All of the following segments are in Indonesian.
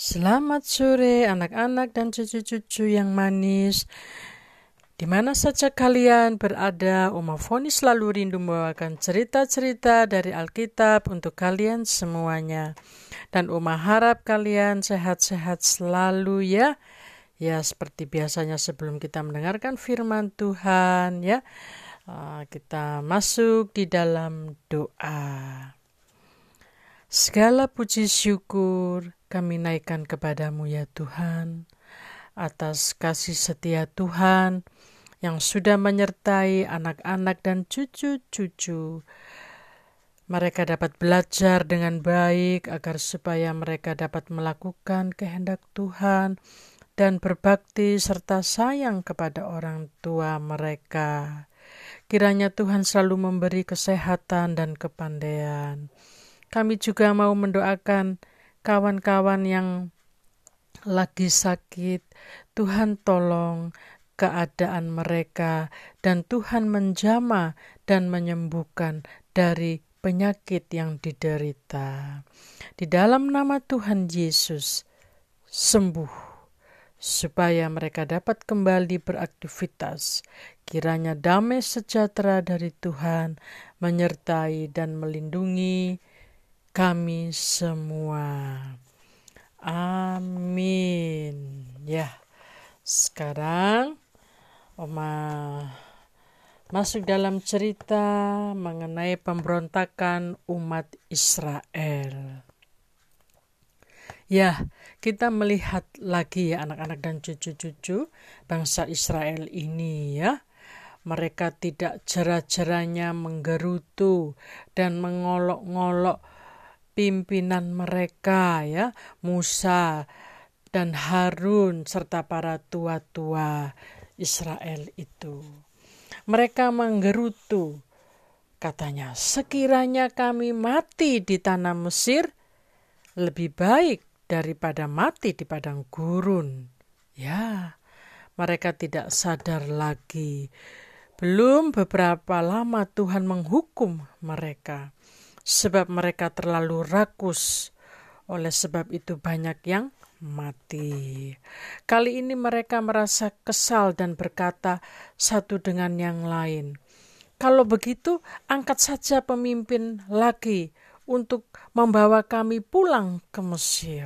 Selamat sore anak-anak dan cucu-cucu yang manis. Di mana saja kalian berada, Oma Foni selalu rindu membawakan cerita-cerita dari Alkitab untuk kalian semuanya. Dan Oma harap kalian sehat-sehat selalu ya. Ya, seperti biasanya sebelum kita mendengarkan firman Tuhan ya, kita masuk di dalam doa. Segala puji syukur kami naikkan kepadamu ya Tuhan, atas kasih setia Tuhan yang sudah menyertai anak-anak dan cucu-cucu. Mereka dapat belajar dengan baik agar supaya mereka dapat melakukan kehendak Tuhan dan berbakti serta sayang kepada orang tua mereka. Kiranya Tuhan selalu memberi kesehatan dan kepandaian. Kami juga mau mendoakan kawan-kawan yang lagi sakit. Tuhan tolong keadaan mereka dan Tuhan menjamah dan menyembuhkan dari penyakit yang diderita. Di dalam nama Tuhan Yesus, sembuh supaya mereka dapat kembali beraktivitas. Kiranya damai sejahtera dari Tuhan menyertai dan melindungi kami semua. Amin. Ya, sekarang Oma masuk dalam cerita mengenai pemberontakan umat Israel. Ya, kita melihat lagi ya anak-anak dan cucu-cucu bangsa Israel ini ya. Mereka tidak jera-jeranya menggerutu dan mengolok-ngolok pimpinan mereka ya, Musa dan Harun serta para tua-tua Israel itu. Mereka menggerutu, katanya, sekiranya kami mati di tanah Mesir, lebih baik daripada mati di padang gurun. Ya, mereka tidak sadar lagi. Belum beberapa lama Tuhan menghukum mereka. Sebab mereka terlalu rakus, oleh sebab itu banyak yang mati. Kali ini mereka merasa kesal dan berkata satu dengan yang lain, kalau begitu angkat saja pemimpin lagi untuk membawa kami pulang ke Mesir.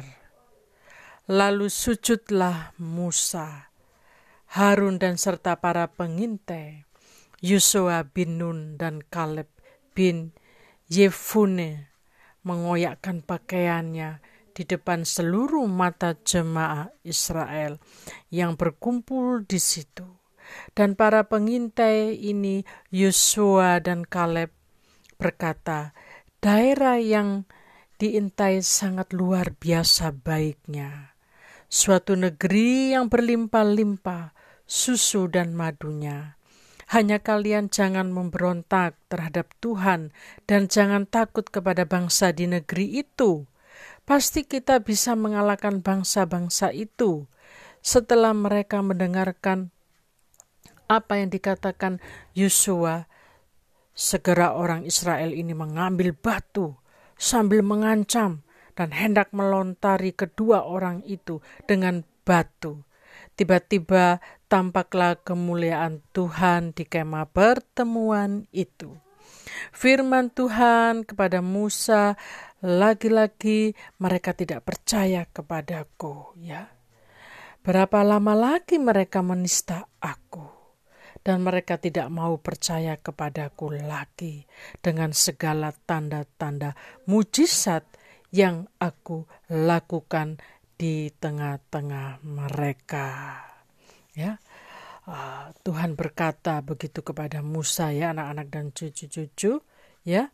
Lalu sujudlah Musa, Harun dan serta para pengintai, Yosua bin Nun dan Kaleb bin Yefune mengoyakkan pakaiannya di depan seluruh mata jemaah Israel yang berkumpul di situ. Dan para pengintai ini, Yosua dan Kaleb, berkata, daerah yang diintai sangat luar biasa baiknya. Suatu negeri yang berlimpah-limpah susu dan madunya. Hanya kalian jangan memberontak terhadap Tuhan dan jangan takut kepada bangsa di negeri itu. Pasti kita bisa mengalahkan bangsa-bangsa itu. Setelah mereka mendengarkan apa yang dikatakan Yosua, segera orang Israel ini mengambil batu sambil mengancam dan hendak melontari kedua orang itu dengan batu. Tiba-tiba tampaklah kemuliaan Tuhan di kemah pertemuan itu. Firman Tuhan kepada Musa, lagi-lagi mereka tidak percaya kepadaku, ya. Berapa lama lagi mereka menista aku, dan mereka tidak mau percaya kepadaku lagi dengan segala tanda-tanda mujizat yang aku lakukan di tengah-tengah mereka. Ya, Tuhan berkata begitu kepada Musa ya, anak-anak dan cucu-cucu ya.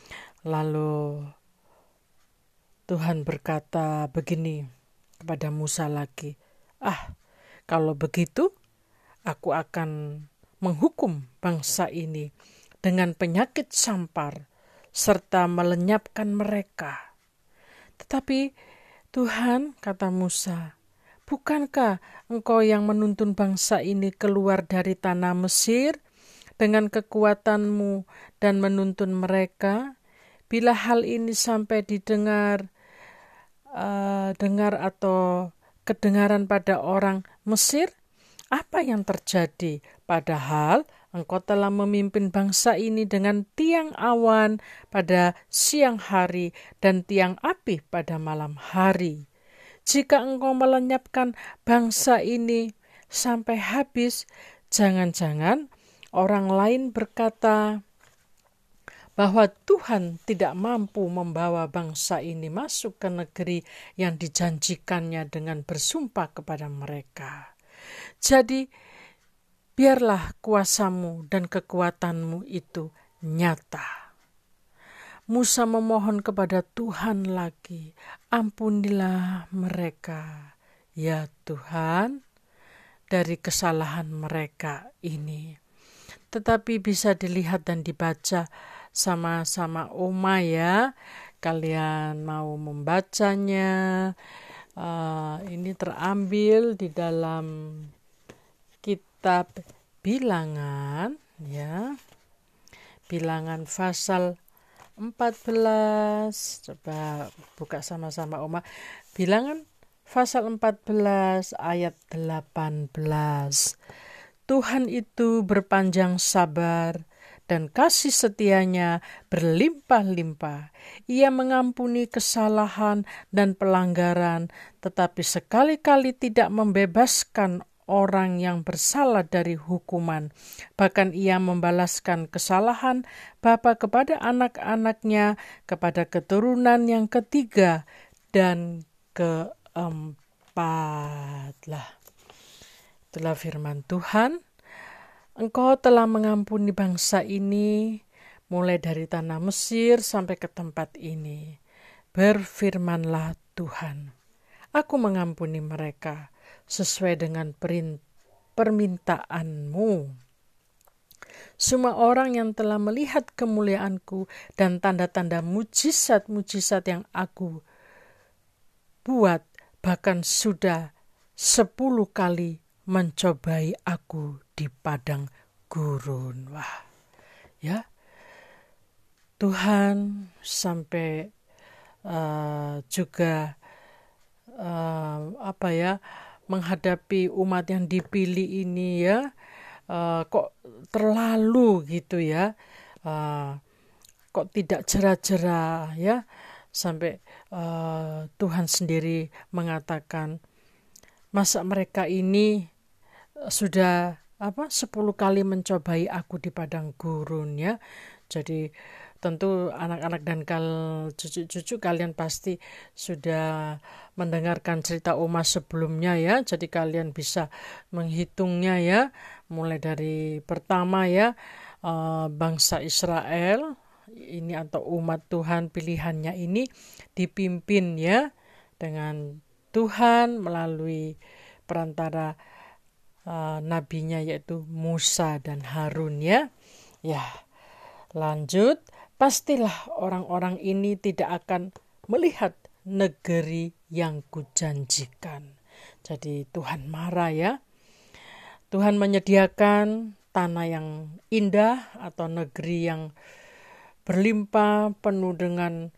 Lalu Tuhan berkata begini kepada Musa lagi, kalau begitu aku akan menghukum bangsa ini dengan penyakit sampar serta melenyapkan mereka. Tetapi Tuhan, kata Musa, bukankah engkau yang menuntun bangsa ini keluar dari tanah Mesir dengan kekuatanmu dan menuntun mereka? Bila hal ini sampai didengar dengar atau kedengaran pada orang Mesir? Apa yang terjadi? Padahal engkau telah memimpin bangsa ini dengan tiang awan pada siang hari dan tiang api pada malam hari. Jika engkau melenyapkan bangsa ini sampai habis, jangan-jangan orang lain berkata bahwa Tuhan tidak mampu membawa bangsa ini masuk ke negeri yang dijanjikannya dengan bersumpah kepada mereka. Jadi, biarlah kuasamu dan kekuatanmu itu nyata. Musa memohon kepada Tuhan lagi, ampunilah mereka, ya Tuhan, dari kesalahan mereka ini. Tetapi bisa dilihat dan dibaca sama-sama Oma ya. Kalian mau membacanya. Ini terambil di dalam kitab Bilangan ya. Bilangan pasal 14. Coba buka sama-sama Oma. Bilangan pasal 14 ayat 18. Tuhan itu berpanjang sabar dan kasih setianya berlimpah-limpah. Ia mengampuni kesalahan dan pelanggaran, tetapi sekali-kali tidak membebaskan orang yang bersalah dari hukuman. Bahkan ia membalaskan kesalahan bapa kepada anak-anaknya, kepada keturunan yang ketiga dan keempat. Itulah firman Tuhan. Engkau telah mengampuni bangsa ini mulai dari tanah Mesir sampai ke tempat ini. Berfirmanlah Tuhan, aku mengampuni mereka sesuai dengan permintaanmu. Semua orang yang telah melihat kemuliaanku dan tanda-tanda mujizat-mujizat yang aku buat, bahkan sudah 10 kali mencobai aku di padang gurun. Wah, ya Tuhan sampai juga menghadapi umat yang dipilih ini ya, kok terlalu gitu ya, kok tidak jera-jera ya, sampai Tuhan sendiri mengatakan, masa mereka ini sudah 10 kali mencobai aku di padang gurun ya. Jadi tentu anak-anak dan cucu-cucu kalian pasti sudah mendengarkan cerita Oma sebelumnya ya. Jadi kalian bisa menghitungnya ya. Mulai dari pertama ya, bangsa Israel ini atau umat Tuhan pilihannya ini dipimpin ya dengan Tuhan melalui perantara nabinya yaitu Musa dan Harun ya. Ya, lanjut, pastilah orang-orang ini tidak akan melihat negeri yang kujanjikan. Jadi Tuhan marah ya. Tuhan menyediakan tanah yang indah atau negeri yang berlimpah penuh dengan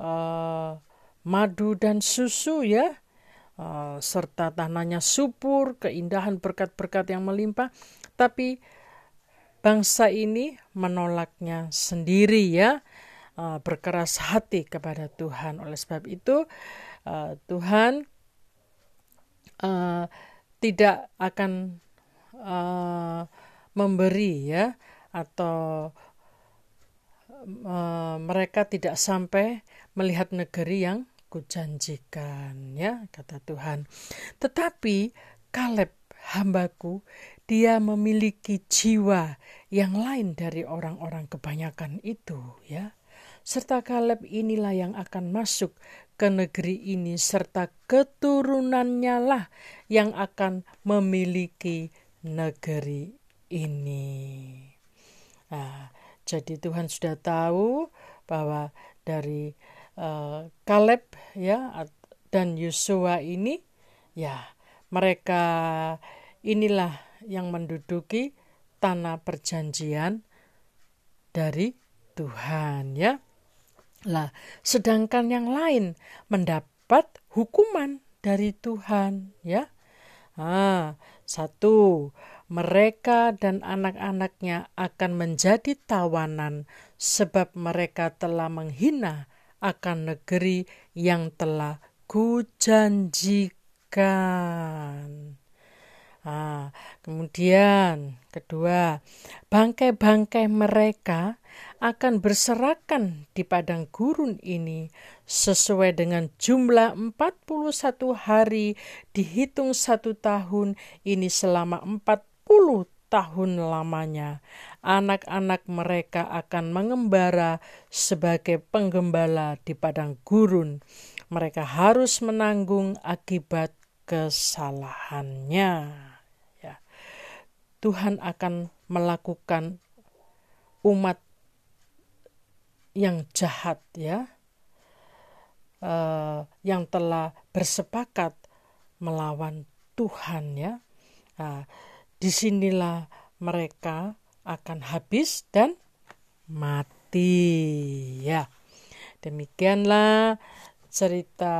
madu dan susu ya. Serta tanahnya subur, keindahan berkat-berkat yang melimpah, tapi bangsa ini menolaknya sendiri ya, berkeras hati kepada Tuhan. Oleh sebab itu Tuhan tidak akan memberi ya, atau mereka tidak sampai melihat negeri yang kujanjikan ya, kata Tuhan. Tetapi Kaleb hambaku, dia memiliki jiwa yang lain dari orang-orang kebanyakan itu ya. Serta Kaleb inilah yang akan masuk ke negeri ini, serta keturunannya lah yang akan memiliki negeri ini. Nah, jadi Tuhan sudah tahu bahwa dari Kaleb ya dan Yosua ini ya, mereka inilah yang menduduki tanah perjanjian dari Tuhan ya. Lah, sedangkan yang lain mendapat hukuman dari Tuhan, ya. Satu, mereka dan anak-anaknya akan menjadi tawanan sebab mereka telah menghina akan negeri yang telah kujanjikan. Kemudian kedua, bangkai-bangkai mereka akan berserakan di padang gurun ini sesuai dengan jumlah 41 hari dihitung 1 tahun ini selama 40 tahun lamanya. Anak-anak mereka akan mengembara sebagai penggembala di padang gurun. Mereka harus menanggung akibat kesalahannya. Tuhan akan melakukan umat yang jahat, ya, yang telah bersepakat melawan Tuhan, ya. Disinilah mereka akan habis dan mati, ya. Demikianlah cerita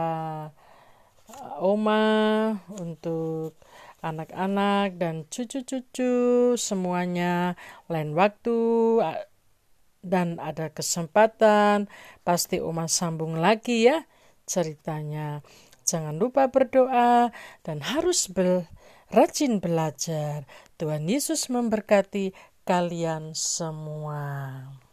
Oma untuk anak-anak dan cucu-cucu semuanya. Lain waktu dan ada kesempatan pasti Oma sambung lagi, ya, ceritanya. Jangan lupa berdoa dan harus rajin belajar. Tuhan Yesus memberkati kalian semua.